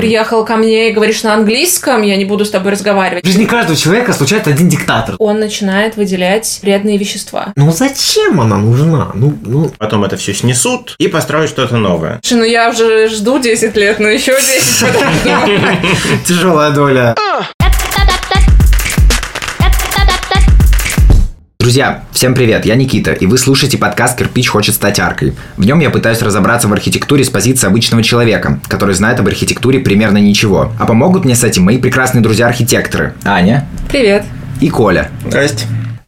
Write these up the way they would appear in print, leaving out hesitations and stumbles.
Приехал ко мне и говоришь на английском, я не буду с тобой разговаривать. В жизни каждого человека случается один диктатор. Он начинает выделять вредные вещества. Ну зачем она нужна? Потом это все снесут и построят что-то новое. Слушай, я уже жду 10 лет, еще 10 подожду. Тяжелая доля. Друзья, всем привет, я Никита, и вы слушаете подкаст «Кирпич хочет стать аркой». В нем я пытаюсь разобраться в архитектуре с позиции обычного человека, который знает об архитектуре примерно ничего. А помогут мне с этим мои прекрасные друзья-архитекторы Аня. Привет. И Коля. Здрасте.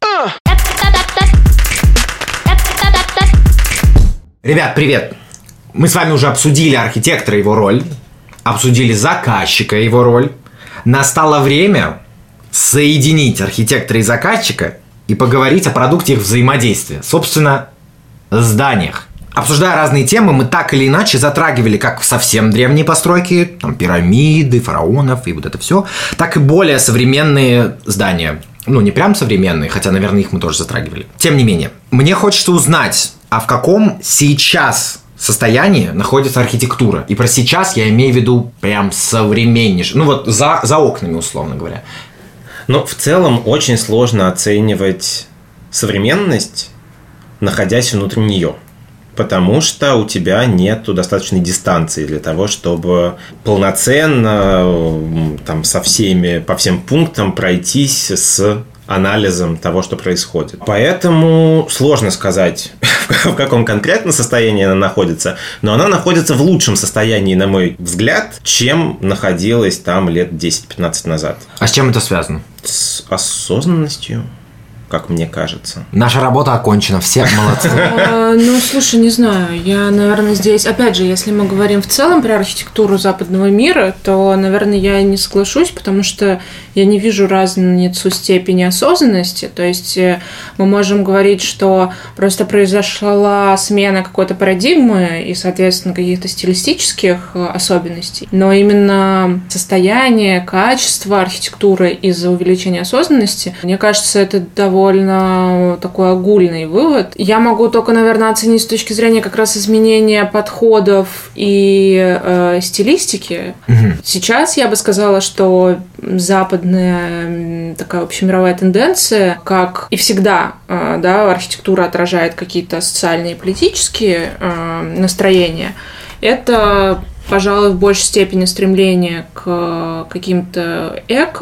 Ребят, привет. Мы с вами уже обсудили архитектора и его роль, обсудили заказчика и его роль. Настало время соединить архитектора и заказчика и поговорить о продукте их взаимодействия, собственно, зданиях. Обсуждая разные темы, мы так или иначе затрагивали как совсем древние постройки, там, пирамиды, фараонов и вот это все, так и более современные здания. Ну, не прям современные, хотя, наверное, их мы тоже затрагивали. Тем не менее, мне хочется узнать, а в каком сейчас состоянии находится архитектура. И про сейчас я имею в виду прям современнейшее. Ну, вот за окнами, условно говоря. Но в целом очень сложно оценивать современность, находясь внутри нее. Потому что у тебя нету достаточной дистанции для того, чтобы полноценно там, по всем пунктам пройтись с анализом того, что происходит. Поэтому сложно сказать, в каком конкретно состоянии она находится, но она находится в лучшем состоянии, на мой взгляд, чем находилась там лет 10-15 назад. А с чем это связано? С осознанностью, как мне кажется. Наша работа окончена, все молодцы. Ну, слушай, не знаю, я, наверное, здесь, опять же, если мы говорим в целом про архитектуру западного мира, то, наверное, я не соглашусь, потому что я не вижу разницу степени осознанности, то есть мы можем говорить, что просто произошла смена какой-то парадигмы и, соответственно, каких-то стилистических особенностей, но именно состояние, качество архитектуры из-за увеличения осознанности, мне кажется, это довольно такой огульный вывод. Я могу только, наверное, оценить с точки зрения как раз изменения подходов и стилистики. Сейчас я бы сказала, что западная такая общемировая тенденция, как и всегда, да, архитектура отражает какие-то социальные и политические настроения, это, пожалуй, в большей степени стремление к каким-то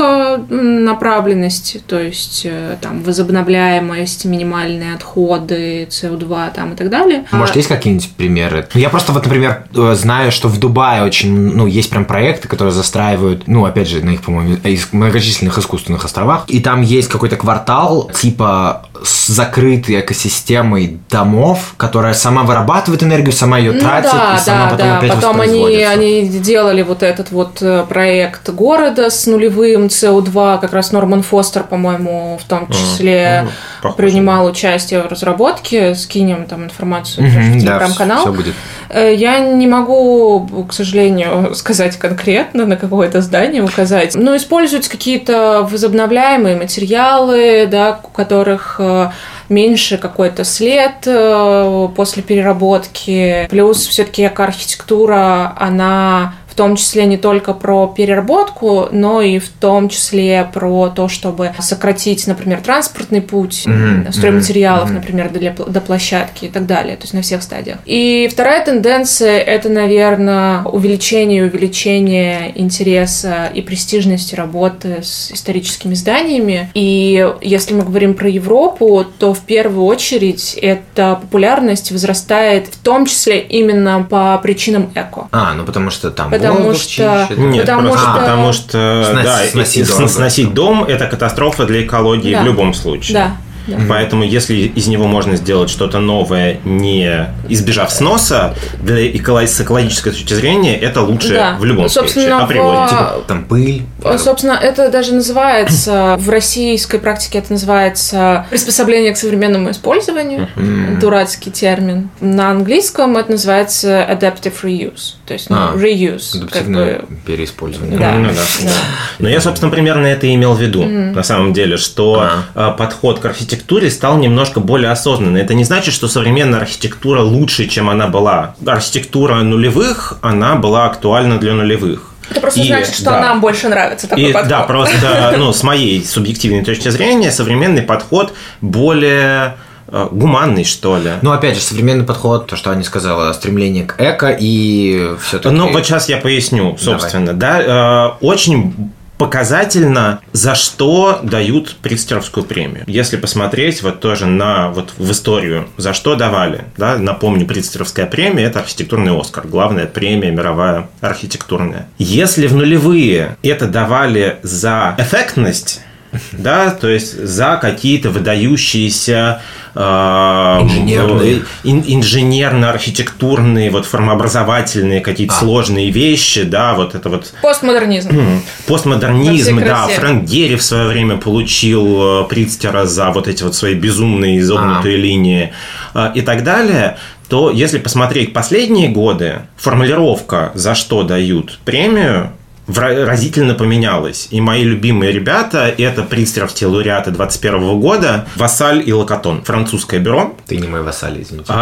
эко-направленности, то есть там возобновляемость, минимальные отходы, СО2 там, и так далее. Может, есть какие-нибудь примеры? Я просто вот, например, знаю, что в Дубае очень, есть прям проекты, которые застраивают, опять же, на их, по-моему, многочисленных искусственных островах, и там есть какой-то квартал, типа с закрытой экосистемой домов, которая сама вырабатывает энергию, сама ее тратит, и сама потом опять воспроизводится. Они делали вот этот вот проект города с нулевым СО2, как раз Норман Фостер, по-моему, в том числе принимал участие в разработке. Скинем там информацию в телеграм-канал. Все будет. Я не могу, к сожалению, сказать конкретно, на какое-то здание указать. Но используются какие-то возобновляемые материалы, да, у которых меньше какой-то след после переработки. Плюс все-таки эко-архитектура, она в том числе не только про переработку, но и в том числе про то, чтобы сократить, например, транспортный путь, стройматериалов, например, до площадки и так далее, то есть на всех стадиях. И вторая тенденция – это, наверное, увеличение интереса и престижности работы с историческими зданиями. И если мы говорим про Европу, то в первую очередь эта популярность возрастает в том числе именно по причинам эко. Потому что там потому что сносить дом – это катастрофа для экологии в любом случае. Да. Поэтому, если из него можно сделать что-то новое, не избежав сноса, с экологической точки зрения, это лучше в любом случае, априори. Типа там пыль. Собственно, это даже называется, в российской практике это называется приспособление к современному использованию, дурацкий термин. На английском это называется adaptive reuse, то есть reuse. Адаптивное переиспользование. Да. Но я, собственно, примерно это и имел в виду, на самом деле, что подход к архитектуре стал немножко более осознанный. Это не значит, что современная архитектура лучше, чем она была. Архитектура нулевых, она была актуальна для нулевых. Это просто значит, что нам больше нравится такой подход. Да, просто, с моей субъективной точки зрения, современный подход более гуманный, что ли. Опять же, современный подход, то, что Аня сказала, стремление к эко и все-таки... Вот сейчас я поясню, собственно. Да, очень показательно, за что дают Притцкеровскую премию. Если посмотреть тоже в историю, за что давали. Да? Напомню, Притцкеровская премия – это архитектурный Оскар, главная премия мировая архитектурная. Если в нулевые это давали за эффектность, да, то есть за какие-то выдающиеся инженерно-архитектурные, формообразовательные какие-то сложные вещи, да, Постмодернизм. Постмодернизм, да. Фрэнк Герри в свое время получил Притцкера за эти свои безумные изогнутые линии и так далее. То если посмотреть последние годы, формулировка, за что дают премию, разительно поменялось. И мои любимые ребята – это притцкеровские лауреаты 2021 года Вассаль и Лакатон, французское бюро. Ты не мой Вассаль, извините.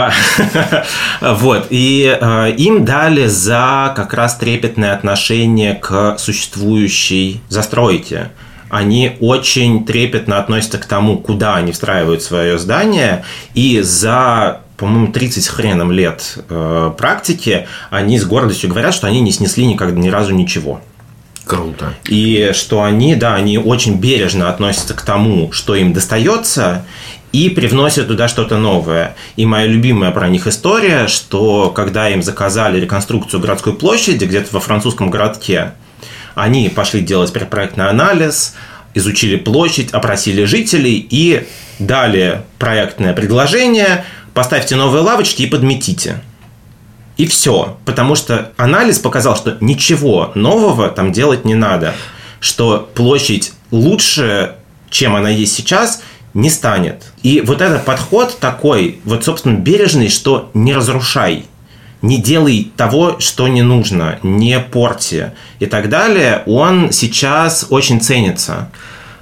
И им дали за как раз трепетное отношение к существующей застройке. Они очень трепетно относятся к тому, куда они встраивают свое здание, и за, по-моему, 30 с хреном лет практики они с гордостью говорят, что они не снесли никогда ни разу ничего. Круто. И что они очень бережно относятся к тому, что им достается, и привносят туда что-то новое. И моя любимая про них история, что когда им заказали реконструкцию городской площади где-то во французском городке, они пошли делать предпроектный анализ, изучили площадь, опросили жителей и дали проектное предложение: поставьте новые лавочки и подметите. И все. Потому что анализ показал, что ничего нового там делать не надо. Что площадь лучше, чем она есть сейчас, не станет. И этот подход такой, собственно, бережный, что не разрушай. Не делай того, что не нужно, не порти и так далее, он сейчас очень ценится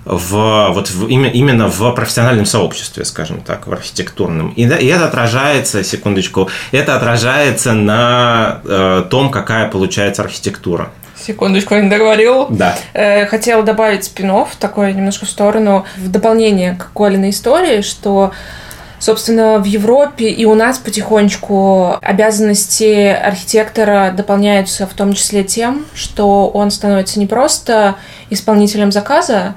именно в профессиональном сообществе, скажем так, в архитектурном. И это отражается, это отражается на том, какая получается архитектура. Секундочку, я не договорил. Да. Хотела добавить спин-офф, такой немножко в сторону, в дополнение к Колиной истории, что, собственно, в Европе и у нас потихонечку обязанности архитектора дополняются в том числе тем, что он становится не просто исполнителем заказа,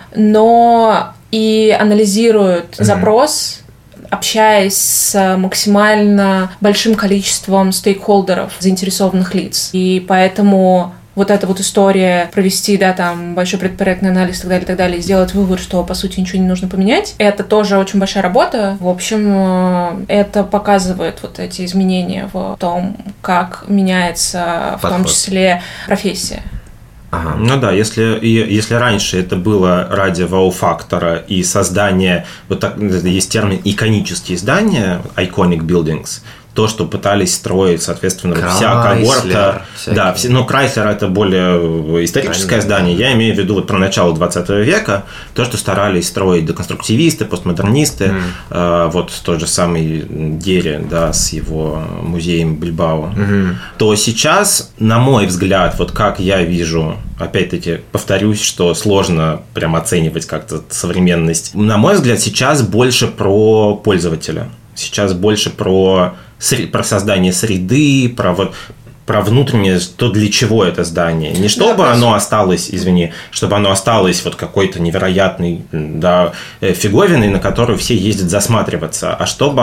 но и анализирует запрос, общаясь с максимально большим количеством стейкхолдеров, заинтересованных лиц. И поэтому эта история провести, большой предпроектный анализ и так далее, и сделать вывод, что, по сути, ничего не нужно поменять, это тоже очень большая работа. В общем, это показывает эти изменения в том, как меняется, в том числе, профессия. Ага. Если раньше это было ради вау-фактора и создания, есть термин иконические здания, iconic buildings, то, что пытались строить, соответственно, вся когорта. Да, Крайслер – это более историческое здание. Я имею в виду про начало 20 века, то, что старались строить деконструктивисты, постмодернисты, тот же самый Герри, с его музеем Бильбао. То сейчас, на мой взгляд, как я вижу, опять-таки, повторюсь, что сложно прям оценивать как-то современность. На мой взгляд, сейчас больше про пользователя. Сейчас больше про создание среды, про внутреннее, то для чего это здание. Не чтобы оно осталось, чтобы оно осталось какой-то невероятной фиговиной, на которую все ездят засматриваться, а чтобы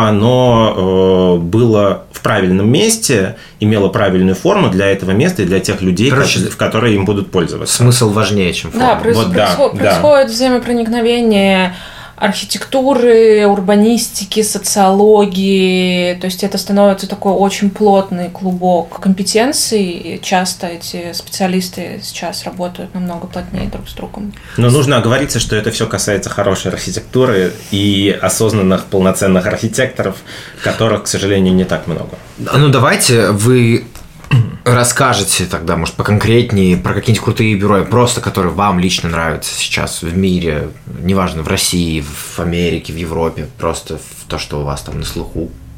оно было в правильном месте, имело правильную форму для этого места и для тех людей, которые им будут пользоваться. Смысл важнее, чем форма. Происходит взаимопроникновение архитектуры, урбанистики, социологии. То есть это становится такой очень плотный клубок компетенций. Часто эти специалисты сейчас работают намного плотнее друг с другом. Но нужно оговориться, что это все касается хорошей архитектуры и осознанных, полноценных архитекторов, которых, к сожалению, не так много. Давайте вы расскажете тогда, может, поконкретнее про какие-нибудь крутые бюро, просто которые вам лично нравятся сейчас в мире, неважно, в России, в Америке, в Европе, просто то, что у вас там на слуху,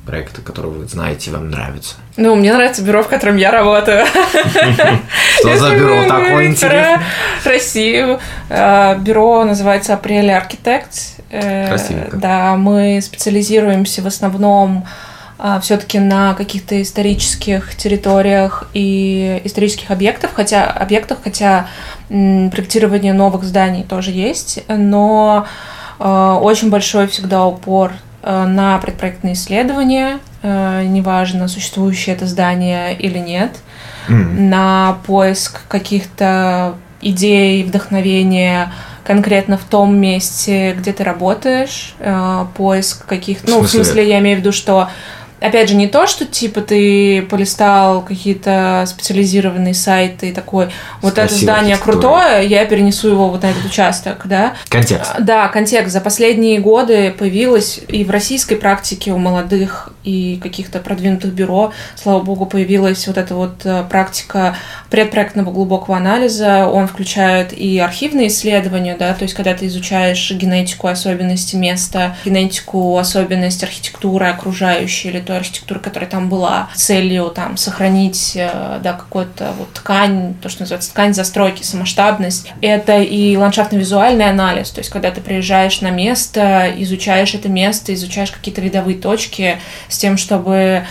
проекты, которые вы знаете, вам нравятся? Ну, мне нравится бюро, в котором я работаю. Что за бюро такое интересное? Про Россию. Бюро называется «Апрель Архитект». Красивенько. Да, мы специализируемся в основном все-таки на каких-то исторических территориях и исторических объектах, хотя проектирование новых зданий тоже есть, но очень большой всегда упор на предпроектные исследования, неважно, существующее это здание или нет, на поиск каких-то идей, вдохновения конкретно в том месте, где ты работаешь, поиск каких-то... Ну, в смысле, я имею в виду, что опять же, не то, что типа ты полистал какие-то специализированные сайты и такой, вот это здание крутое, я перенесу его вот на этот участок, да? Контекст. Да, контекст. За последние годы появилось и в российской практике у молодых и каких-то продвинутых бюро, слава богу, появилась вот эта вот практика предпроектного глубокого анализа. Он включает и архивные исследования, да, то есть когда ты изучаешь генетику особенностей места, генетику особенностей архитектуры окружающей или той архитектуры, которая там была, с целью там сохранить, да, какую-то вот ткань, то, что называется ткань застройки, самоштабность. Это и ландшафтно-визуальный анализ, то есть когда ты приезжаешь на место, изучаешь это место, изучаешь какие-то видовые точки с тем, чтобы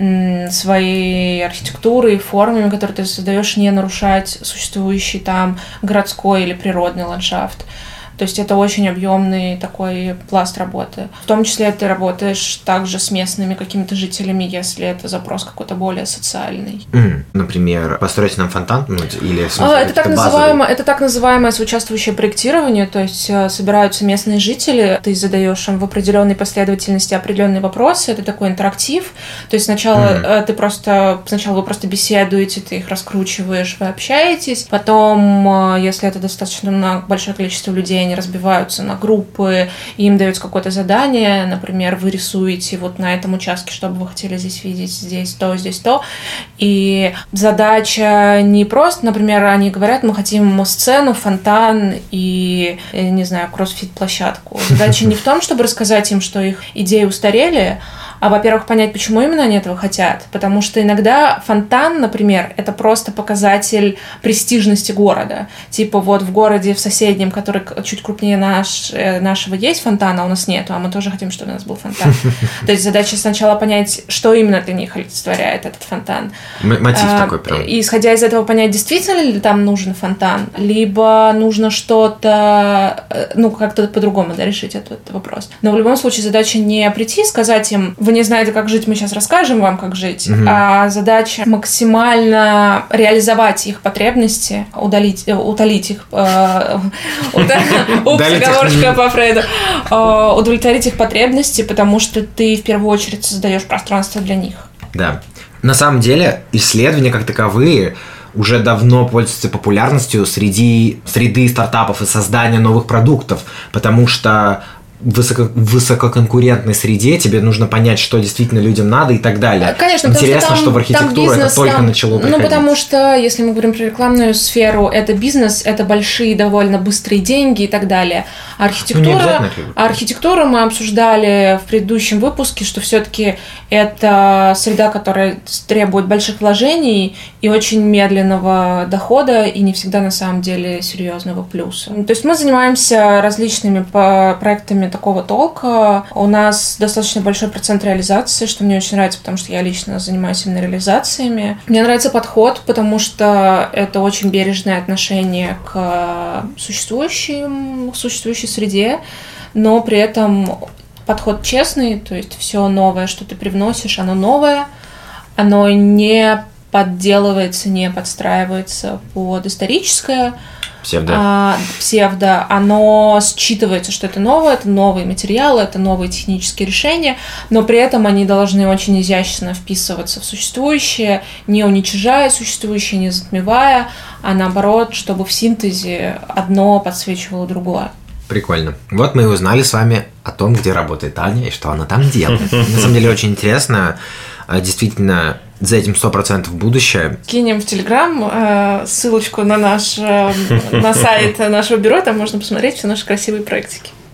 своей архитектурой, формами, которые ты создаешь, не нарушать существующий там городской или природный ландшафт. То есть это очень объемный такой пласт работы. В том числе ты работаешь также с местными какими-то жителями, если это запрос какой-то более социальный. Например, построить нам фонтан? Или в смысле, это так называемое соучаствующее проектирование, то есть собираются местные жители, ты задаешь им в определенной последовательности определенные вопросы, это такой интерактив, то есть сначала вы просто беседуете, ты их раскручиваешь, вы общаетесь, потом, если это достаточно большое количество людей, они разбиваются на группы, им дается какое-то задание, например, вы рисуете вот на этом участке, что бы вы хотели здесь видеть, здесь то. И задача не просто, например, они говорят, мы хотим сцену, фонтан и, не знаю, кроссфит-площадку. Задача не в том, чтобы рассказать им, что их идеи устарели, а, во-первых, понять, почему именно они этого хотят. Потому что иногда фонтан, например, это просто показатель престижности города. Типа вот в городе в соседнем, который чуть крупнее нашего, есть фонтан, а у нас нету, а мы тоже хотим, чтобы у нас был фонтан. То есть задача сначала понять, что именно для них олицетворяет этот фонтан. Мотив такой прям. И исходя из этого понять, действительно ли там нужен фонтан, либо нужно что-то, как-то по-другому, да, решить этот вопрос. Но в любом случае задача не прийти и сказать им, вы не знаете, как жить, мы сейчас расскажем вам, как жить, а задача максимально реализовать их потребности, утолить их, заговорочка по Фрейду, удовлетворить их потребности, потому что ты в первую очередь создаешь пространство для них. Да. На самом деле, исследования как таковые уже давно пользуются популярностью среды стартапов и создания новых продуктов, потому что в высококонкурентной среде тебе нужно понять, что действительно людям надо и так далее. Конечно, интересно, что в архитектуру это только начало приходить. Потому что, если мы говорим про рекламную сферу, это бизнес, это большие, довольно быстрые деньги и так далее. Архитектуру мы обсуждали в предыдущем выпуске, что все-таки это среда, которая требует больших вложений и очень медленного дохода, и не всегда на самом деле серьезного плюса. То есть мы занимаемся различными проектами такого толка. У нас достаточно большой процент реализации, что мне очень нравится, потому что я лично занимаюсь именно реализациями. Мне нравится подход, потому что это очень бережное отношение к существующей среде, но при этом подход честный, то есть все новое, что ты привносишь, оно новое, оно не подделывается, не подстраивается под историческое, псевдо, оно считывается, что это новые материалы, это новые технические решения, но при этом они должны очень изящно вписываться в существующее, не уничижая существующее, не затмевая, а наоборот, чтобы в синтезе одно подсвечивало другое. Прикольно. Вот мы и узнали с вами о том, где работает Аня и что она там делает. На самом деле очень интересно. Действительно, за этим 100% будущее. Кинем в Телеграм ссылочку на сайт нашего бюро, там можно посмотреть все наши красивые проектики.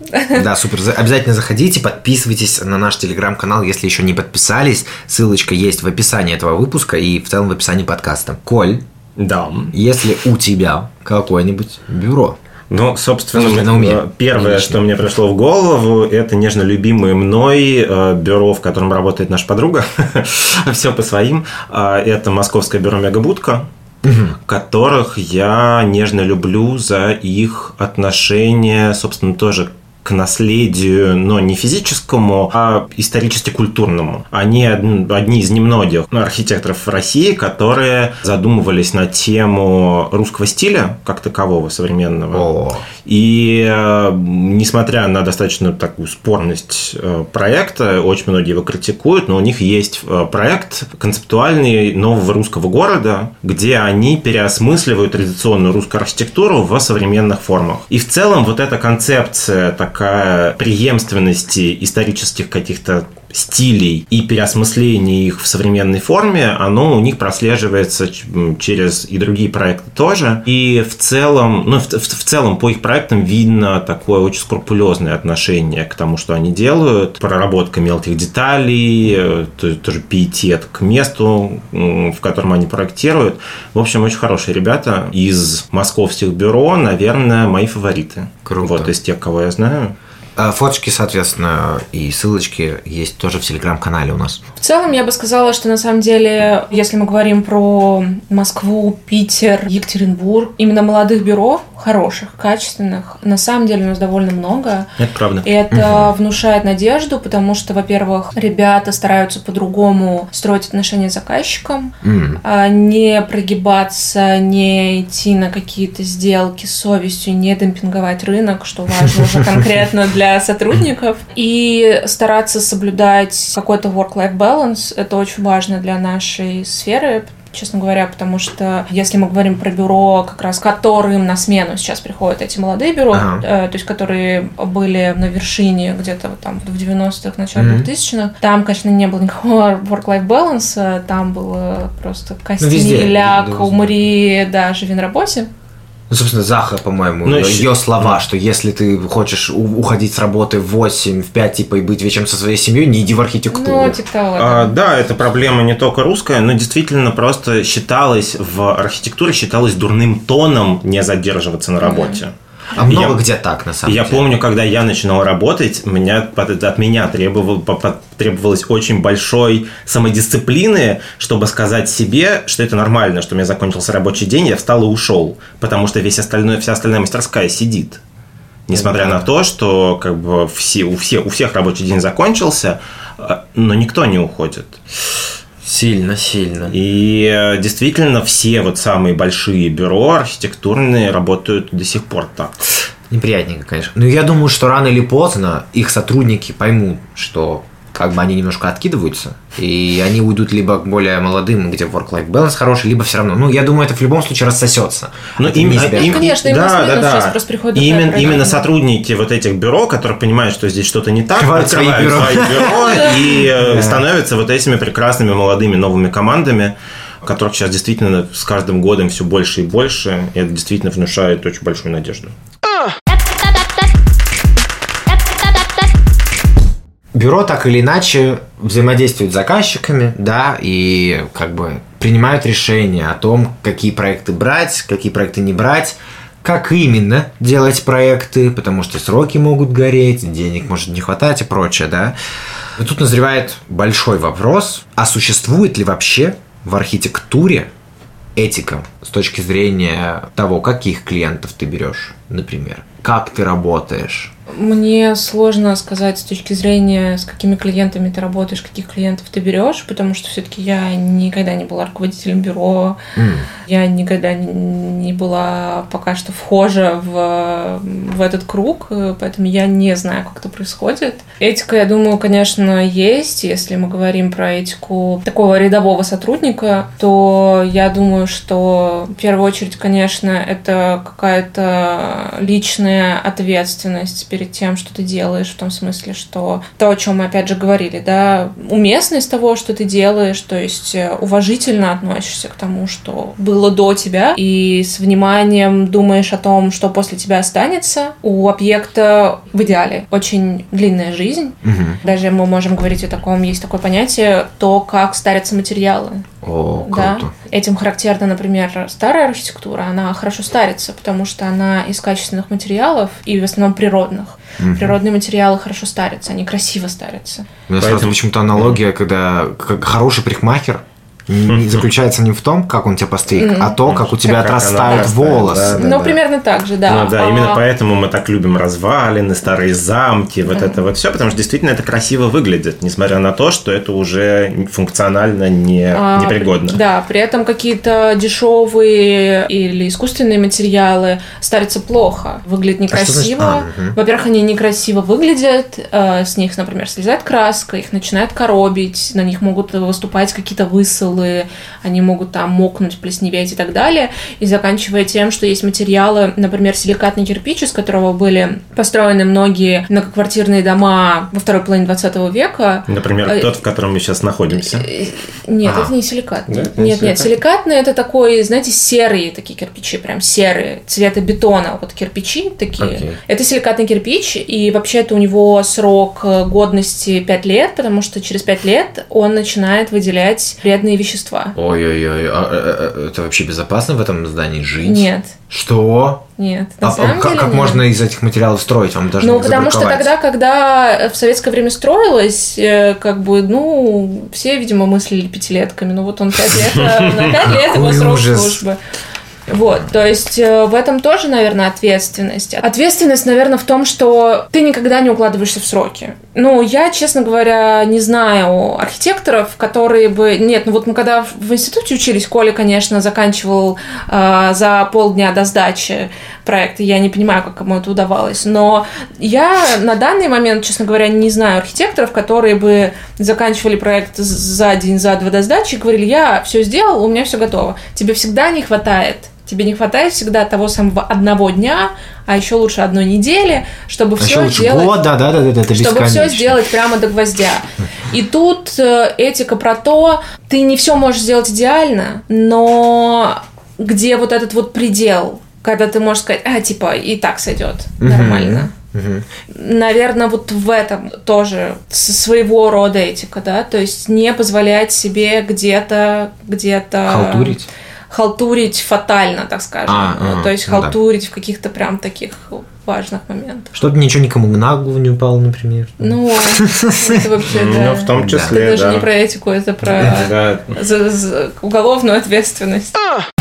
Да, супер. Обязательно заходите, подписывайтесь на наш телеграм-канал, если еще не подписались. Ссылочка есть в описании этого выпуска и в целом в описании подкаста. Коль, да. Если у тебя какое-нибудь бюро. Ну, собственно, первое, что мне пришло в голову, это нежно любимое мной бюро, в котором работает наша подруга. Все по своим. Это московское бюро «Мегабудка», которых я нежно люблю за их отношение, собственно, тоже к наследию, но не физическому, а исторически-культурному. Они одни из немногих архитекторов России, которые задумывались на тему русского стиля, как такового, современного. И несмотря на достаточно такую спорность проекта, очень многие его критикуют, но у них есть проект концептуальный нового русского города, где они переосмысливают традиционную русскую архитектуру в современных формах. И в целом вот эта концепция такая преемственности исторических каких-то стилей и переосмысления их в современной форме, оно у них прослеживается через и другие проекты тоже. И в целом, в целом по их проектам видно такое очень скрупулезное отношение к тому, что они делают, проработка мелких деталей, тоже пиетет к месту, в котором они проектируют. В общем, очень хорошие ребята. Из московских бюро, наверное, мои фавориты. Круто. Вот из тех, кого я знаю. Фоточки, соответственно, и ссылочки есть тоже в телеграм-канале у нас. В целом, я бы сказала, что на самом деле, если мы говорим про Москву, Питер, Екатеринбург, именно молодых бюро, хороших, качественных, на самом деле у нас довольно много. Это правда. И это внушает надежду, потому что, во-первых, ребята стараются по-другому строить отношения с заказчиком, не прогибаться, не идти на какие-то сделки с совестью, не демпинговать рынок, что важно уже конкретно для сотрудников, и стараться соблюдать какой-то work-life balance. Это очень важно для нашей сферы, честно говоря, потому что если мы говорим про бюро, как раз которым на смену сейчас приходят эти молодые бюро, то есть которые были на вершине где-то вот там в 90-х, начале 2000-х, там, конечно, не было никакого work-life balance, там было просто кости, ляг, умри, да, живи на работе. Ну, собственно, Заха, по-моему, ее слова, что если ты хочешь уходить с работы в 8, в 5, типа, и быть вечером со своей семьей, не иди в архитектуру. Ну, типа того. Да, это проблема не только русская, но действительно просто в архитектуре считалось дурным тоном не задерживаться на работе. А много где так, на самом деле. Я помню, когда я начинал работать, от меня требовалось очень большой самодисциплины, чтобы сказать себе, что это нормально, что у меня закончился рабочий день, я встал и ушел, потому что вся остальная мастерская сидит. Несмотря на то, что как бы у всех рабочий день закончился, но никто не уходит. Сильно. И действительно все вот самые большие бюро архитектурные работают до сих пор так. Неприятненько, конечно. Но я думаю, что рано или поздно их сотрудники поймут, что как бы они немножко откидываются, и они уйдут либо к более молодым, где work-life balance хороший, либо все равно. Ну, я думаю, это в любом случае рассосется. Ну, конечно, сейчас просто приходит именно сотрудники вот этих бюро, которые понимают, что здесь что-то не так, открывают свои бюро и становятся вот этими прекрасными молодыми новыми командами, которых сейчас действительно с каждым годом все больше и больше, и это действительно внушает очень большую надежду. Бюро так или иначе взаимодействуют с заказчиками, да, и как бы принимают решения о том, какие проекты брать, какие проекты не брать, как именно делать проекты, потому что сроки могут гореть, денег может не хватать и прочее, да. И тут назревает большой вопрос, а существует ли вообще в архитектуре этика с точки зрения того, каких клиентов ты берешь, например, как ты работаешь? Мне сложно сказать с точки зрения, с какими клиентами ты работаешь, каких клиентов ты берешь, потому что все-таки я никогда не была руководителем бюро, я никогда не была пока что вхожа в этот круг, поэтому я не знаю, как это происходит. Этика, я думаю, конечно, есть. Если мы говорим про этику такого рядового сотрудника, то я думаю, что в первую очередь, конечно, это какая-то личная ответственность перед тем, что ты делаешь, в том смысле, что то, о чем мы опять же говорили, да, уместность того, что ты делаешь, то есть уважительно относишься к тому, что было до тебя, и с вниманием думаешь о том, что после тебя останется. У объекта в идеале очень длинная жизнь. Даже мы можем говорить о таком, есть такое понятие, то, как старятся материалы. О, да? круто. Этим характерна, например, старая архитектура, она хорошо старится, потому что она из качественных материалов и в основном природных. Природные материалы хорошо старятся, они красиво старятся. У меня сразу почему-то аналогия, когда хороший парикмахер заключается не в том, как он тебя постриг, а то, как у тебя отрастают волосы. Ну, примерно так же, да. Ну да, именно поэтому мы так любим развалины, старые замки, вот это вот все, потому что действительно это красиво выглядит, несмотря на то, что это уже функционально непригодно. Да, при этом какие-то дешевые или искусственные материалы старятся плохо, выглядят некрасиво. Во-первых, они некрасиво выглядят, с них, например, слезает краска, их начинает коробить, на них могут выступать какие-то высылы, они могут там мокнуть, плесневеть и так далее, и заканчивая тем, что есть материалы, например, силикатный кирпич, из которого были построены многие многоквартирные дома во второй половине 20 века. Например, тот, в котором мы сейчас находимся. Нет, это не силикатный. Да, Нет, силикатный это такой, знаете, серые такие кирпичи, прям серые, цвета бетона, вот кирпичи такие. Okay. Это силикатный кирпич, и вообще-то у него срок годности 5 лет, потому что через 5 лет он начинает выделять вредные вещества. Ой-ой-ой, это вообще безопасно в этом здании жить? Нет. Что? Нет, на самом деле как нет. можно из этих материалов строить? Вам должны Ну, потому что тогда, когда в советское время строилось, как бы, ну, все, видимо, мыслили пятилетками. Ну, вот он 5 лет, на 5 лет его срок службы. Вот, то есть в этом тоже, наверное, ответственность. Ответственность, наверное, в том, что ты никогда не укладываешься в сроки. Ну, я, честно говоря, не знаю архитекторов, которые бы... Нет, ну вот мы когда в институте учились, Коля, конечно, заканчивал за полдня до сдачи проекта. Я не понимаю, как ему это удавалось. Но я на данный момент, честно говоря, не знаю архитекторов, которые бы заканчивали проект за день, за два до сдачи и говорили: я все сделал, у меня все готово. Тебе всегда не хватает. Тебе не хватает всегда того самого одного дня, а еще лучше одной недели, чтобы все сделать. Года, да, это чтобы все сделать прямо до гвоздя. И тут этика про то, ты не все можешь сделать идеально, но где вот этот вот предел, когда ты можешь сказать: типа, и так сойдет нормально. Наверное, вот в этом тоже своего рода этика, да, то есть не позволять себе где-то халтурить фатально, так скажем. То есть халтурить в каких-то прям таких важных моментах. Чтобы ничего никому на голову не упало, например. Ну, это вообще, да. Ну, в том числе, это даже не про этику, это про уголовную ответственность.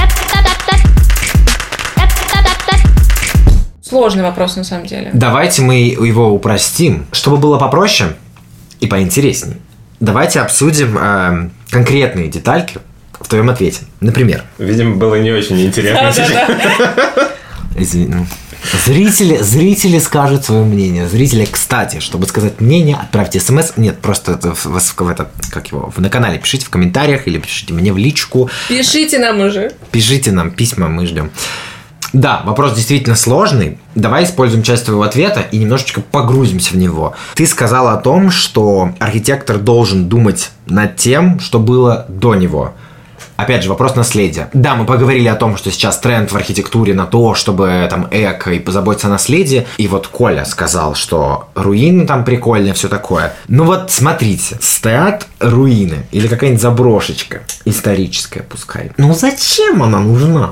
Сложный вопрос, на самом деле. Давайте мы его упростим, чтобы было попроще и поинтереснее. Давайте обсудим конкретные детальки в твоем ответе. Например. Видимо, было не очень интересно. Извини. Зрители скажут свое мнение. Зрители, кстати, чтобы сказать мнение, отправьте смс. Нет, просто на канале пишите в комментариях или пишите мне в личку. Пишите нам уже. Пишите нам письма, мы ждем. Да, вопрос действительно сложный. Давай используем часть твоего ответа и немножечко погрузимся в него. Ты сказала о том, что архитектор должен думать над тем, что было до него. Опять же, вопрос наследия. Да, мы поговорили о том, что сейчас тренд в архитектуре на то, чтобы там эко и позаботиться о наследии. И вот Коля сказал, что руины там прикольные, все такое. Ну вот смотрите, стоят руины или какая-нибудь заброшечка историческая, пускай. Ну зачем она нужна?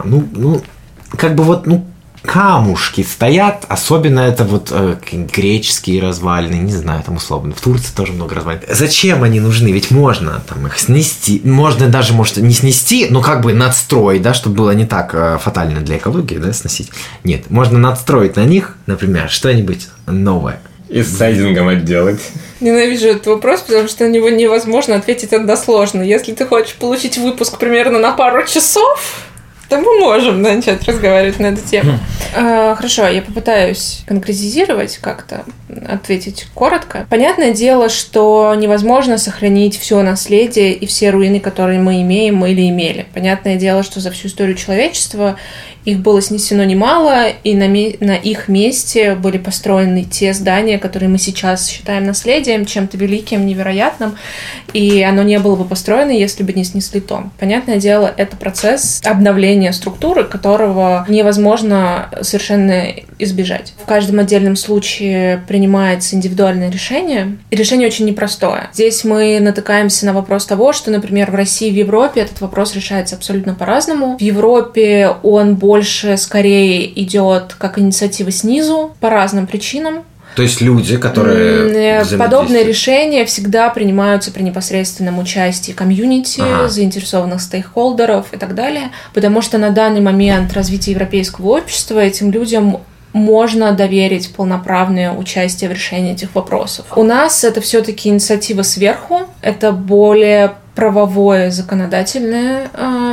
Камушки стоят, особенно это вот греческие развалины, не знаю, там условно, в Турции тоже много развалин. Зачем они нужны? Ведь можно там их снести, можно даже, может, не снести, но как бы надстроить, да, чтобы было не так фатально для экологии, да, сносить. Нет, можно надстроить на них, например, что-нибудь новое. И с сайдингом отделать. Ненавижу этот вопрос, потому что на него невозможно ответить односложно. Если ты хочешь получить выпуск примерно на пару часов, то мы можем начать разговаривать на эту тему. Хорошо, я попытаюсь конкретизировать как-то, ответить коротко. Понятное дело, что невозможно сохранить все наследие и все руины, которые мы имеем или имели. Понятное дело, что за всю историю человечества их было снесено немало, и на их месте были построены те здания, которые мы сейчас считаем наследием, чем-то великим, невероятным, и оно не было бы построено, если бы не снесли то. Понятное дело, это процесс обновления структуры, которого невозможно совершенно избежать. В каждом отдельном случае принимается индивидуальное решение, и решение очень непростое. Здесь мы натыкаемся на вопрос того, что, например, в России и в Европе этот вопрос решается абсолютно по-разному. В Европе он больше, скорее, идет как инициатива снизу по разным причинам. То есть люди, которые... Подобные решения всегда принимаются при непосредственном участии комьюнити, заинтересованных стейкхолдеров и так далее, потому что на данный момент развития европейского общества этим людям можно доверить полноправное участие в решении этих вопросов. У нас это все-таки инициатива сверху, это более правовое законодательное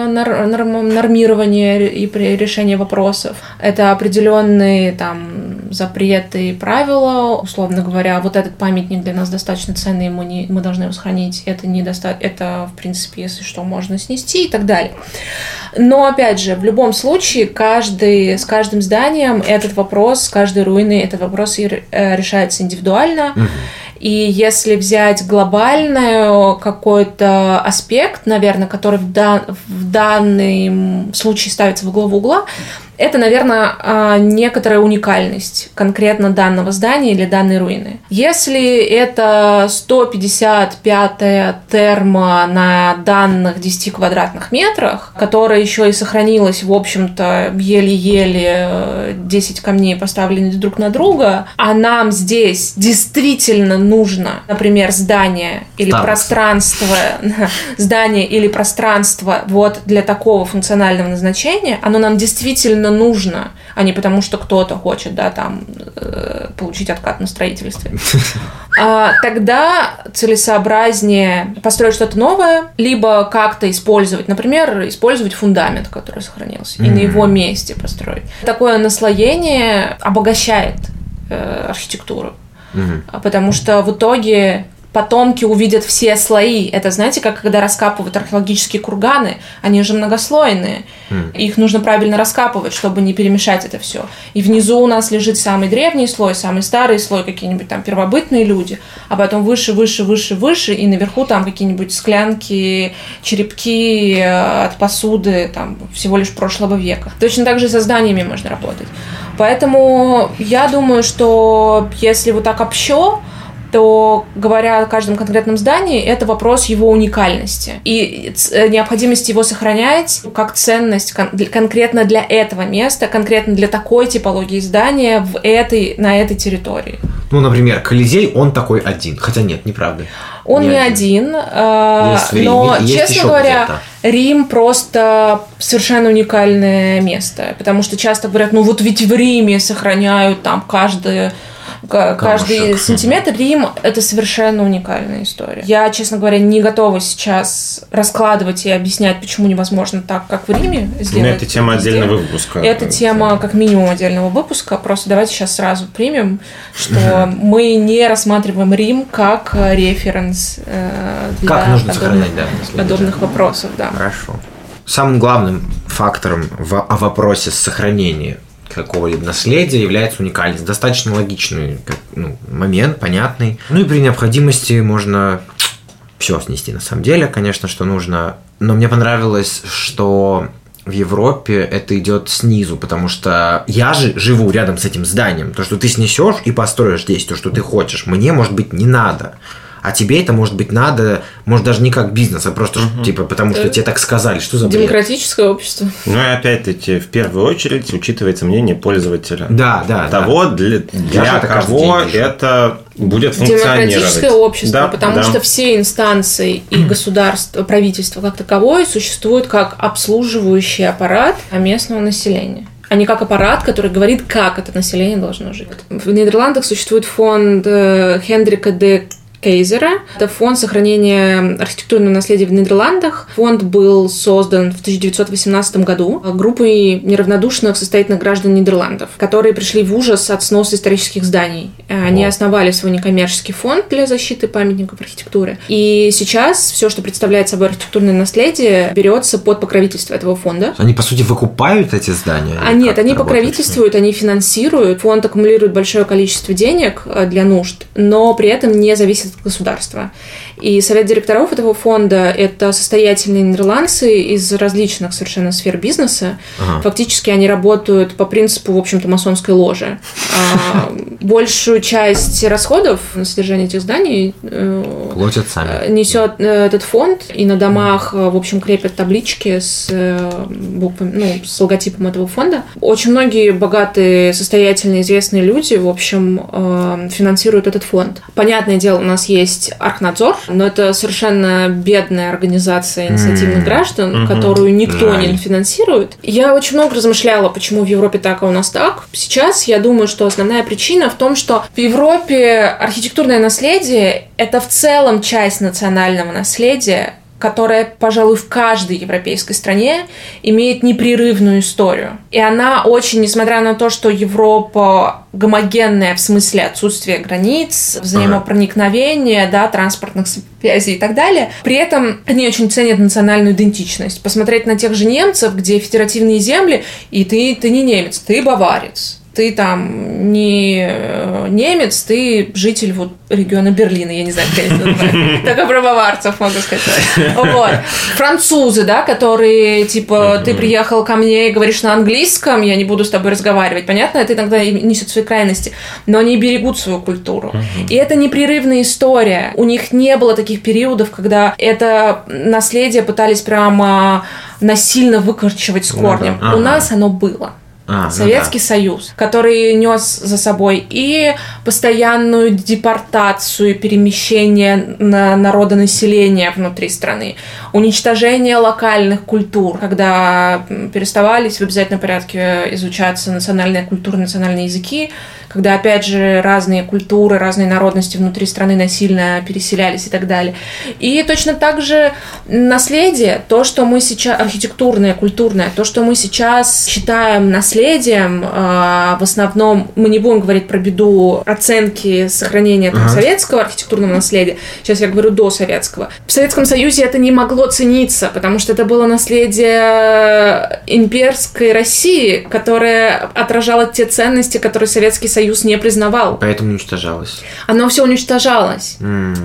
нормирование и решение вопросов. Это определенные там запреты и правила, условно говоря, вот этот памятник для нас достаточно ценный, мы должны его сохранить, это в принципе, если что, можно снести и так далее. Но, опять же, в любом случае, с каждым зданием этот вопрос, с каждой руиной этот вопрос решается индивидуально. И если взять глобальный какой-то аспект, наверное, который в данном случае ставится во главу угла, это, наверное, некоторая уникальность конкретно данного здания или данной руины. Если это 155-я терма на данных 10 квадратных метрах, которая еще и сохранилась, в общем-то, еле-еле 10 камней поставлены друг на друга, а нам здесь действительно нужно, например, здание или пространство вот для такого функционального назначения, оно нам действительно нужно, а не потому, что кто-то хочет, получить откат на строительстве. Тогда целесообразнее построить что-то новое, либо как-то использовать, например, использовать фундамент, который сохранился, и на его месте построить. Такое наслоение обогащает архитектуру, потому что в итоге потомки увидят все слои. Это, знаете, как когда раскапывают археологические курганы, они же многослойные. Их нужно правильно раскапывать, чтобы не перемешать это все. И внизу у нас лежит самый древний слой, самый старый слой, какие-нибудь там первобытные люди, а потом выше, и наверху там какие-нибудь склянки, черепки от посуды там всего лишь прошлого века. Точно так же со зданиями можно работать. Поэтому я думаю, что если вот так общо, то, говоря о каждом конкретном здании, это вопрос его уникальности и необходимости его сохранять как ценность конкретно для этого места, конкретно для такой типологии здания на этой территории. Ну, например, Колизей, он такой один. Хотя нет, неправда. Он не один, но, честно говоря, Рим просто совершенно уникальное место, потому что часто говорят, вот ведь в Риме сохраняют там каждый сантиметр. Рим – это совершенно уникальная история. Я, честно говоря, не готова сейчас раскладывать и объяснять, почему невозможно так, как в Риме сделать. Это тема отдельного выпуска. Это тема как минимум отдельного выпуска. Просто давайте сейчас сразу примем, что мы не рассматриваем Рим как референс для подобных вопросов. Да. Хорошо. Самым главным фактором в вопросе сохранения какого-либо наследия является уникальность. Достаточно логичный момент, понятный. Ну и при необходимости можно все снести на самом деле, конечно, что нужно. Но мне понравилось, что в Европе это идет снизу, потому что я же живу рядом с этим зданием. То, что ты снесешь и построишь здесь то, что ты хочешь, мне, может быть, не надо. А тебе это, может быть, надо, может, даже не как бизнес, а просто, потому что тебе так сказали. Что за бред? Демократическое общество. Ну, и опять-таки, в первую очередь, учитывается мнение пользователя. Да. Того, для кого это будет функционировать. Демократическое общество, потому что все инстанции и государство, правительство как таковое существуют как обслуживающий аппарат местного населения, а не как аппарат, который говорит, как это население должно жить. В Нидерландах существует фонд Хендрика де Кейзера. Это фонд сохранения архитектурного наследия в Нидерландах. Фонд был создан в 1918 году группой неравнодушных состоятельных граждан Нидерландов, которые пришли в ужас от сноса исторических зданий. Они основали свой некоммерческий фонд для защиты памятников архитектуры. И сейчас все, что представляет собой архитектурное наследие, берется под покровительство этого фонда. Они, по сути, выкупают эти здания? Нет, они покровительствуют, они финансируют. Фонд аккумулирует большое количество денег для нужд, но при этом не зависит от государства. И совет директоров этого фонда – это состоятельные нидерландцы из различных совершенно сфер бизнеса. Фактически они работают по принципу, в общем-то, масонской ложи. Большую часть расходов на содержание этих зданий платят сами. Несет этот фонд, и на домах, в общем, крепят таблички с буквами, с логотипом этого фонда. Очень многие богатые, состоятельные, известные люди, в общем, финансируют этот фонд. Понятное дело, у нас есть Архнадзор, но это совершенно бедная организация инициативных граждан, которую никто не финансирует. Я очень много размышляла, почему в Европе так, а у нас так. Сейчас я думаю, что основная причина в том, что в Европе архитектурное наследие – это в целом часть национального наследия, которая, пожалуй, в каждой европейской стране имеет непрерывную историю. И она очень, несмотря на то, что Европа гомогенная в смысле отсутствия границ, взаимопроникновения, транспортных связей и так далее, при этом они очень ценят национальную идентичность. Посмотреть на тех же немцев, где федеративные земли, и ты не немец, ты баварец. Ты там не немец, ты житель региона Берлина, я не знаю, как это называется. Только про баварцев могу сказать. Французы, которые, ты приехал ко мне и говоришь на английском, я не буду с тобой разговаривать. Понятно, это иногда несет свои крайности, но они берегут свою культуру. И это непрерывная история. У них не было таких периодов, когда это наследие пытались прямо насильно выкорчевать с корнем. У нас оно было. Советский Союз, который нес за собой и постоянную депортацию, и перемещение народонаселения внутри страны, уничтожение локальных культур, когда переставались в обязательном порядке изучаться национальная культура, национальные языки, когда, опять же, разные культуры, разные народности внутри страны насильно переселялись и так далее. И точно так же наследие, то, что мы сейчас, архитектурное, культурное, то, что мы сейчас считаем наследием, в основном, мы не будем говорить про беду оценки сохранения советского архитектурного наследия, сейчас я говорю до советского. В Советском Союзе это не могло цениться, потому что это было наследие имперской России, которое отражало те ценности, которые Советский Союз не признавал. Поэтому уничтожалось. Оно все уничтожалось.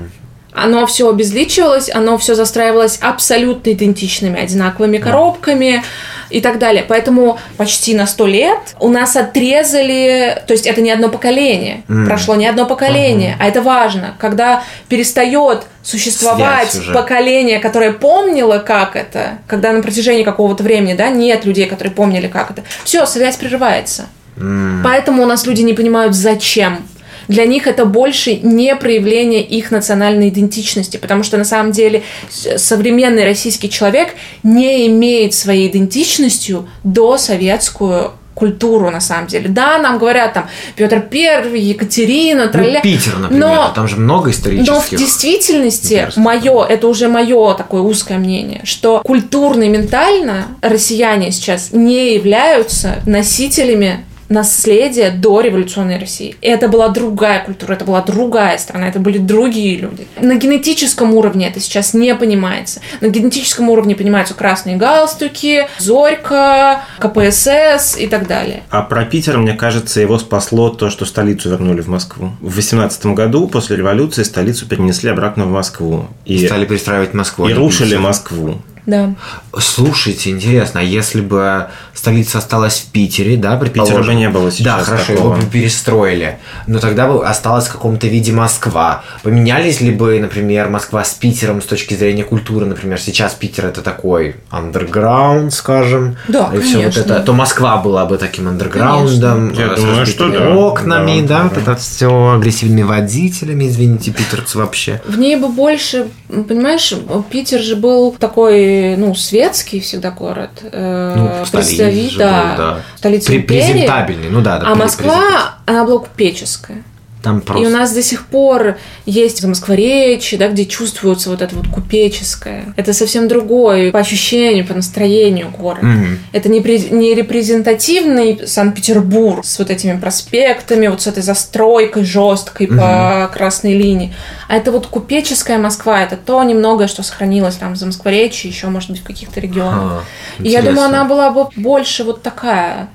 Оно все обезличивалось, оно все застраивалось абсолютно идентичными, одинаковыми коробками и так далее. Поэтому почти на 100 лет у нас отрезали, то есть это не одно поколение, прошло не одно поколение, а это важно, когда перестает существовать поколение, которое помнило, как это, когда на протяжении какого-то времени, нет людей, которые помнили, как это, все, связь прерывается. Поэтому у нас люди не понимают, зачем. Для них это больше не проявление их национальной идентичности, потому что на самом деле современный российский человек не имеет своей идентичностью досоветскую культуру, на самом деле. Да, нам говорят там Петр I, Екатерина, Питер, например, там же много исторических. Но в действительности это уже мое такое узкое мнение, что культурно и ментально россияне сейчас не являются носителями наследие до революционной России. И это была другая культура, это была другая страна, это были другие люди. На генетическом уровне это сейчас не понимается. На генетическом уровне понимаются красные галстуки, Зорька, КПСС и так далее. А про Питер, мне кажется, его спасло то, что столицу вернули в Москву. В 18 году, после революции, столицу перенесли обратно в Москву. И стали перестраивать Москву. И рушили Москву. Да. Слушайте, интересно, а если бы столица осталась в Питере, предположим? Питера бы не было сейчас. Да, хорошо, его бы перестроили. Но тогда бы осталась в каком-то виде Москва. Поменялись ли бы, например, Москва с Питером с точки зрения культуры? Например, сейчас Питер это такой андерграунд, скажем. Да, и все это. То Москва была бы таким андерграундом. Я думаю, что да. Окнами, это все агрессивными водителями, извините, питерцы вообще. В ней бы больше, понимаешь, Питер же был такой, светский всегда город. Столица империи. Презентабельный, А Москва, она была купеческая. Там просто... И у нас до сих пор есть Замоскворечье, да, где чувствуется вот это вот купеческое. Это совсем другой по ощущению, по настроению город. Это не репрезентативный Санкт-Петербург с вот этими проспектами, вот с этой застройкой жесткой по красной линии. А это вот купеческая Москва. Это то немногое, что сохранилось там в Замоскворечье, еще, может быть, в каких-то регионах. И я думаю, она была бы больше вот такая.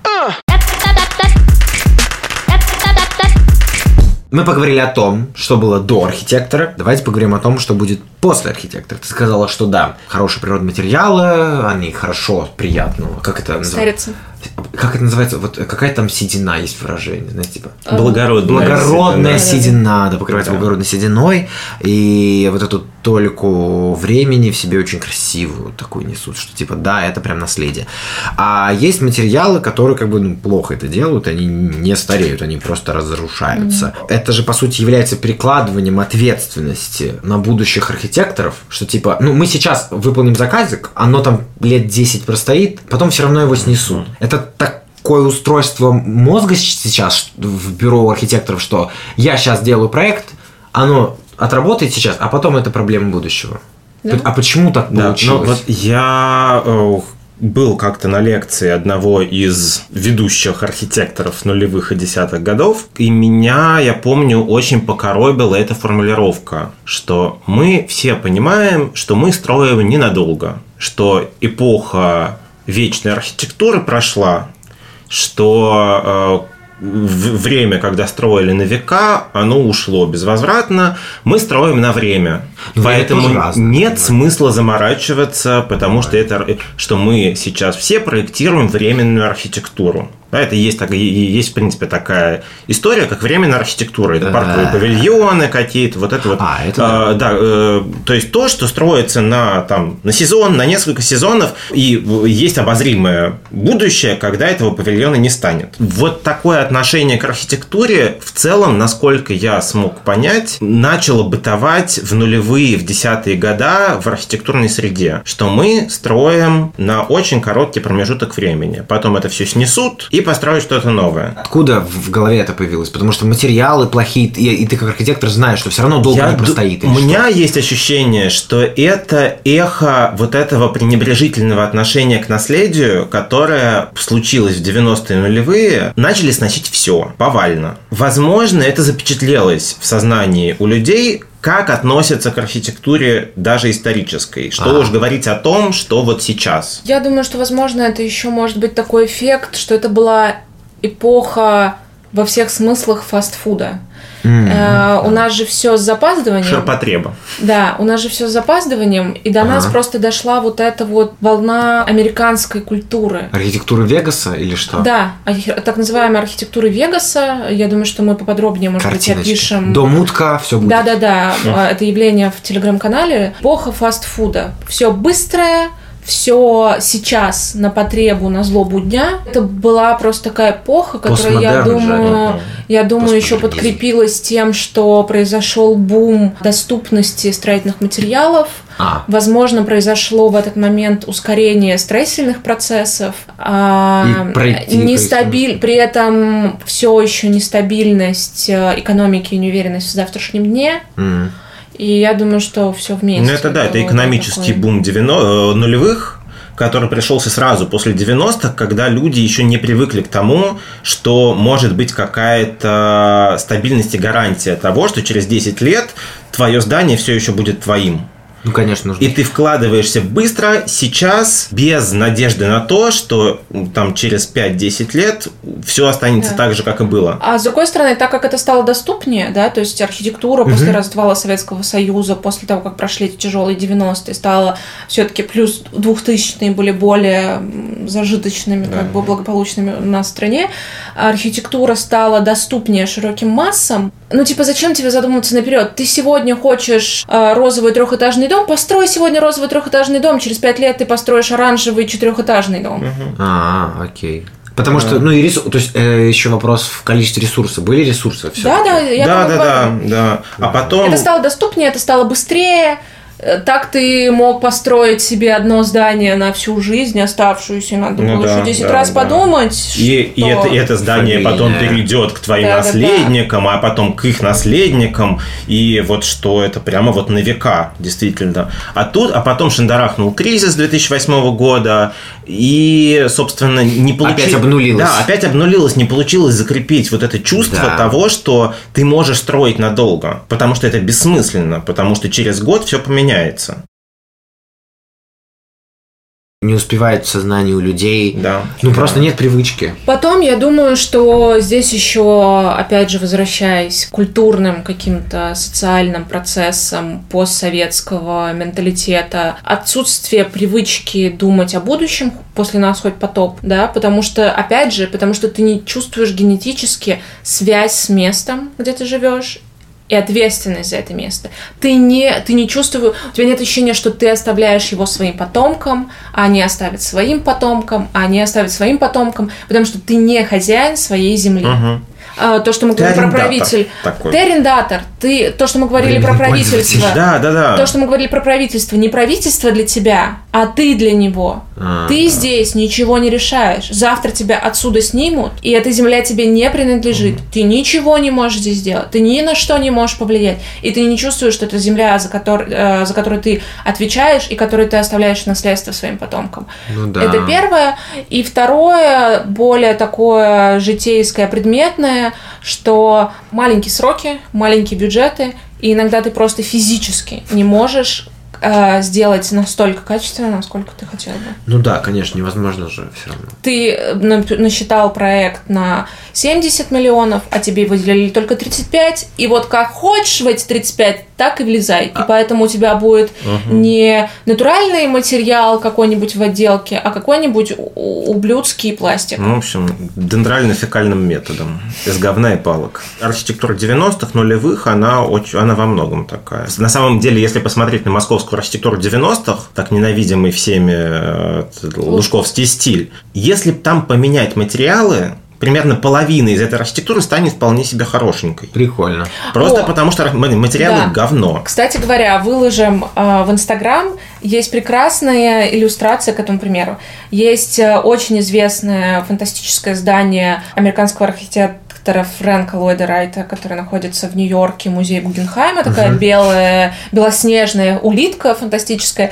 Мы поговорили о том, что было до архитектора. Давайте поговорим о том, что будет после архитектора. Ты сказала, что да, хорошие природные материалы, они хорошо, приятно. Как это называется? Старится. Как это называется? Вот какая там седина есть выражение, знаете, типа? Благородная седина, да, покрывается благородной сединой. И вот эту толику времени в себе очень красивую такую несут, что типа, да, это прям наследие. А есть материалы, которые как бы плохо это делают, они не стареют, они просто разрушаются. Это же, по сути, является перекладыванием ответственности на будущих архитекторов, что типа, мы сейчас выполним заказик, оно там лет 10 простоит, потом все равно его снесут. Это такое устройство мозга сейчас в бюро архитекторов, что я сейчас делаю проект, оно отработает сейчас, а потом это проблема будущего. Да? А почему так получилось? Ну, вот я был как-то на лекции одного из ведущих архитекторов нулевых и десятых годов, и меня, я помню, очень покоробила эта формулировка, что мы все понимаем, что мы строим ненадолго, что эпоха вечной архитектуры прошла, что время, когда строили на века, оно ушло безвозвратно. Мы строим на время. Поэтому нет смысла заморачиваться, потому что мы сейчас все проектируем временную архитектуру. Да, это есть, в принципе, такая история, как временная архитектура. Это парковые павильоны какие-то, вот это вот. То есть то, что строится на сезон, на несколько сезонов, и есть обозримое будущее, когда этого павильона не станет. Вот такое отношение к архитектуре в целом, насколько я смог понять, начало бытовать в нулевые, в десятые года в архитектурной среде, что мы строим на очень короткий промежуток времени. Потом это все снесут и построить что-то новое. Откуда в голове это появилось? Потому что материалы плохие, и ты как архитектор знаешь, что все равно долго не простоит. У меня есть ощущение, что это эхо вот этого пренебрежительного отношения к наследию, которое случилось в 90-е нулевые, начали сносить все повально. Возможно, это запечатлелось в сознании у людей, как относятся к архитектуре даже исторической. Что уж говорить о том, что вот сейчас. Я думаю, что, возможно, это еще может быть такой эффект, что это была эпоха во всех смыслах фастфуда. У нас же все с запаздыванием. Ширпотреба. Да, у нас же все с запаздыванием, и до нас просто дошла вот эта вот волна американской культуры. Архитектуры Вегаса или что? Да, так называемая архитектура Вегаса. Я думаю, что мы поподробнее, может быть, опишем. Дом утка, все будет. Да. Это явление в телеграм-канале. Эпоха фастфуда. Все быстрое. Все сейчас на потребу, на злобу дня. Это была просто такая эпоха, которая, я думаю, еще подкрепилась тем, что произошел бум доступности строительных материалов. Возможно, произошло в этот момент ускорение строительных процессов. При этом все еще нестабильность экономики и неуверенность в завтрашнем дне. И я думаю, что все вместе. Это экономический бум нулевых, который пришелся сразу после 90-х, когда люди еще не привыкли к тому, что может быть какая-то стабильность и гарантия того, что через 10 лет твое здание все еще будет твоим. Ну, конечно, нужно. И ты вкладываешься быстро, сейчас, без надежды на то, что там через 5-10 лет все останется так же, как и было. А с другой стороны, так как это стало доступнее, да, то есть архитектура после развала Советского Союза, после того, как прошли эти тяжелые 90-е, стала все-таки плюс 2000-е были более зажиточными, как бы благополучными у нас в стране, архитектура стала доступнее широким массам. Зачем тебе задумываться наперед? Ты сегодня хочешь розовый трехэтажный дом, построй сегодня розовый трехэтажный дом, через 5 лет ты построишь оранжевый четырехэтажный дом. Окей. Потому что, то есть еще вопрос в количестве ресурсов. Были ресурсы? Да. А потом... Это стало доступнее, это стало быстрее. Так ты мог построить себе одно здание на всю жизнь оставшуюся, надо было еще 10 раз подумать. И это здание потом перейдет к твоим наследникам, а потом к их наследникам, и вот что это прямо вот на века, действительно. А потом шандарахнул кризис 2008 года, и, собственно, не получилось... Опять обнулилось. Да, опять обнулилось, не получилось закрепить вот это чувство того, что ты можешь строить надолго, потому что это бессмысленно, потому что через год все поменяется. Не успевает в сознании у людей. Да. Просто нет привычки. Потом, я думаю, что здесь еще, опять же, возвращаясь к культурным каким-то социальным процессам постсоветского менталитета, отсутствие привычки думать о будущем, после нас хоть потоп, да, потому что ты не чувствуешь генетически связь с местом, где ты живешь, и ответственность за это место. Ты не чувствуешь, у тебя нет ощущения, что ты оставляешь его своим потомкам, а они оставят своим потомкам, потому что ты не хозяин своей земли. То, что мы говорим про правитель. Ты арендатор. То, что мы говорили про правительство. Да. То, что мы говорили про правительство. Не правительство для тебя, а ты для него. Ты здесь ничего не решаешь. Завтра тебя отсюда снимут, и эта земля тебе не принадлежит. Ты ничего не можешь здесь сделать. Ты ни на что не можешь повлиять. И ты не чувствуешь, что это земля, за которую ты отвечаешь и которую ты оставляешь в наследство своим потомкам. Это первое. И второе, более такое житейское, предметное, что маленькие сроки, маленькие бюджеты, и иногда ты просто физически не можешь сделать настолько качественно, насколько ты хотел бы. Конечно, невозможно же все равно. Ты насчитал проект на 70 миллионов, а тебе выделили только 35, и вот как хочешь в эти 35, так и влезай. И поэтому у тебя будет не натуральный материал какой-нибудь в отделке, а какой-нибудь ублюдский пластик. В общем, дендрально-фекальным методом. Из говна и палок. Архитектура 90-х, нулевых, она во многом такая. На самом деле, если посмотреть на московскую архитектуру 90-х, так ненавидимый всеми лужковский стиль, если там поменять материалы, примерно половина из этой архитектуры станет вполне себе хорошенькой. Прикольно. Просто потому что материалы говно. Кстати говоря, выложим в Инстаграм, есть прекрасная иллюстрация к этому примеру. Есть очень известное фантастическое здание американского архитектора Фрэнка Ллойда Райта, который находится в Нью-Йорке, музей Гугенхайма, такая белоснежная улитка фантастическая.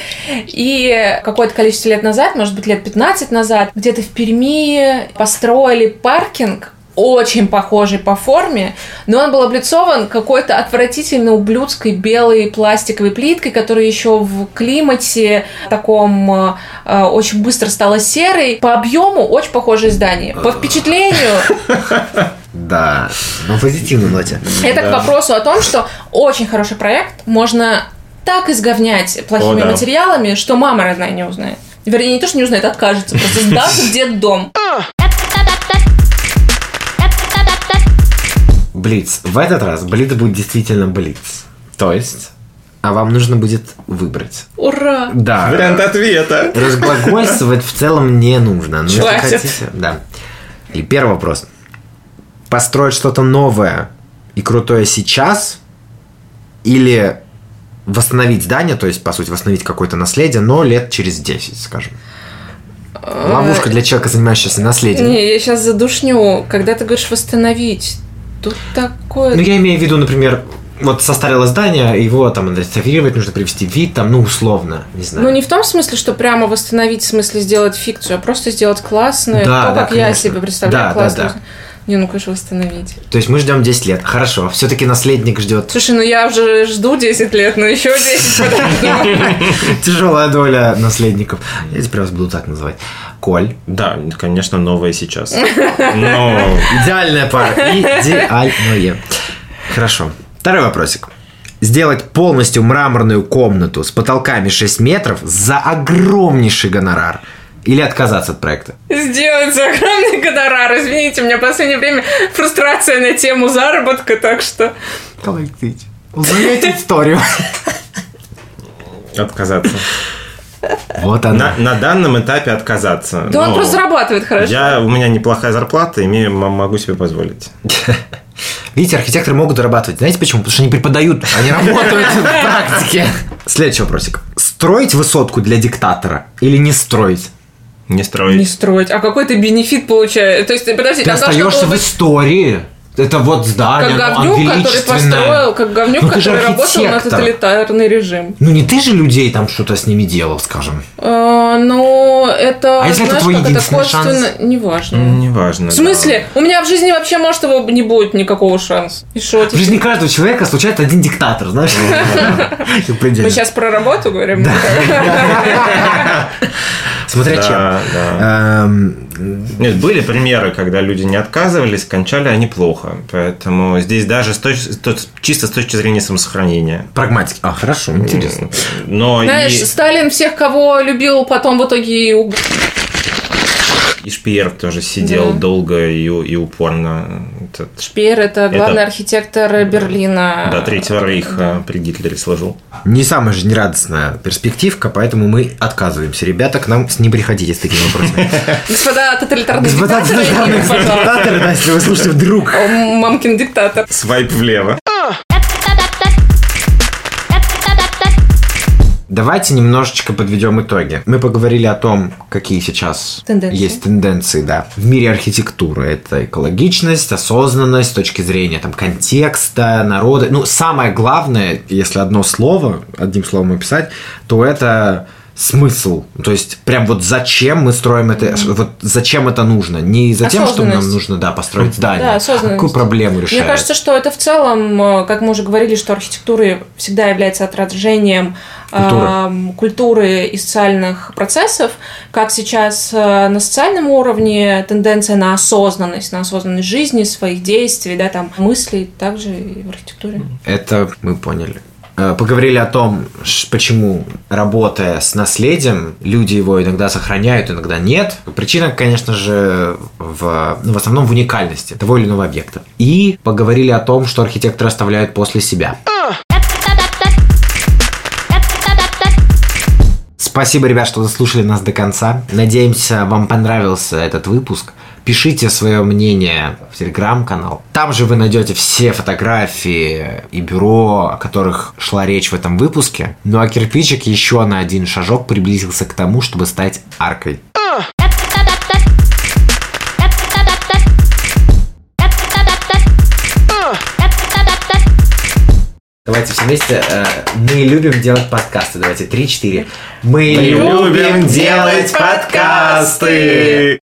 И какое-то количество лет назад, может быть, лет 15 назад, где-то в Перми построили паркинг, очень похожий по форме, но он был облицован какой-то отвратительно ублюдской белой пластиковой плиткой, которая еще в климате таком очень быстро стала серой. По объему очень похожее здание. По впечатлению... Да, на позитивной ноте. Это к вопросу о том, что очень хороший проект можно так изговнять плохими материалами, что мама родная не узнает. Вернее, не то, что не узнает, откажется. Просто сдаст в детдом. Блиц. В этот раз Блиц будет действительно Блиц. То есть... А вам нужно будет выбрать. Ура! Да. Вариант ответа. Разглагольствовать в целом не нужно. Хватит. Если хотите, да. И первый вопрос. Построить что-то новое и крутое сейчас или восстановить здание, то есть, по сути, восстановить какое-то наследие, но лет через 10, скажем. Ловушка для человека, занимающегося наследием. Не, я сейчас задушню. Когда ты говоришь восстановить, тут такое... Я имею в виду, например, вот состарело здание, его там реставрировать, нужно привести в вид, там, условно, не знаю. Не в том смысле, что прямо восстановить, в смысле сделать фикцию, а просто сделать классное, как конечно. Я себе представляю классно. Да. Не, конечно, восстановить. То есть мы ждем 10 лет. Хорошо, все-таки наследник ждет. Слушай, я уже жду 10 лет, но еще 10 подожду. Тяжелая доля наследников. Я теперь вас буду так называть. Коль. Да, конечно, новое сейчас. Идеальная пара. Идеальное. Хорошо. Второй вопросик. Сделать полностью мраморную комнату с потолками 6 метров за огромнейший гонорар. Или отказаться от проекта? Сделать за огромный гонорар. Извините, у меня в последнее время фрустрация на тему заработка, так что... Коллектить. Узнаете историю. Отказаться. Вот она. На данном этапе отказаться. Да он просто зарабатывает хорошо. У меня неплохая зарплата, могу себе позволить. Видите, архитекторы могут зарабатывать. Знаете почему? Потому что они преподают, они работают в практике. Следующий вопросик. Строить высотку для диктатора или не строить? Не строить. Не строить. А какой ты бенефит получаешь? То есть, подожди, Ты остаешься в истории. Это вот здание, как говнюк, который построил, как говнюк, который работал на тоталитарный режим. Ну, не ты же людей там что-то с ними делал, скажем. Ну, это, а если знаешь, это твой как единственный это косвенно... шанс? Неважно. Неважно. В смысле? Да. У меня в жизни вообще, может, его не будет никакого шанса. И шо, в жизни каждого человека случается один диктатор, знаешь? Мы сейчас про работу говорим? Смотря чем. Нет, были примеры, когда люди не отказывались, кончали они плохо. Поэтому здесь даже чисто с точки зрения самосохранения. Прагматики. А, хорошо, интересно. Но знаешь, Сталин всех, кого любил, потом в итоге... И Шпеер тоже сидел долго и упорно. Шпеер – это главный архитектор Берлина. Да, Третьего Рейха при Гитлере служил. Не самая жизнерадостная перспективка, поэтому мы отказываемся. Ребята, к нам не приходите с такими вопросами. Господа тоталитарные диктаторы, да, если вы слушаете вдруг. Мамкин диктатор. Свайп влево. Давайте немножечко подведем итоги. Мы поговорили о том, какие сейчас есть тенденции, да, в мире архитектуры. Это экологичность, осознанность с точки зрения там, контекста, народа. Ну, самое главное, если одним словом описать, то это смысл. То есть, прям вот зачем мы строим это, вот зачем это нужно. Не за тем, что нам нужно, построить здание. Да, осознанность. Какую проблему решает. Мне кажется, что это в целом, как мы уже говорили, что архитектура всегда является отражением культуры и социальных процессов, как сейчас на социальном уровне тенденция на осознанность жизни, своих действий, да, там, мыслей, также и в архитектуре. Это мы поняли. Поговорили о том, почему, работая с наследием, люди его иногда сохраняют, иногда нет. Причина, конечно же, в основном в уникальности того или иного объекта. И поговорили о том, что архитекторы оставляют после себя. Спасибо, ребят, что дослушали нас до конца. Надеемся, вам понравился этот выпуск. Пишите свое мнение в Телеграм-канал. Там же вы найдете все фотографии и бюро, о которых шла речь в этом выпуске. Ну а кирпичик еще на один шажок приблизился к тому, чтобы стать аркой. Давайте все вместе. Мы любим делать подкасты. Давайте 3-4. Мы любим делать подкасты.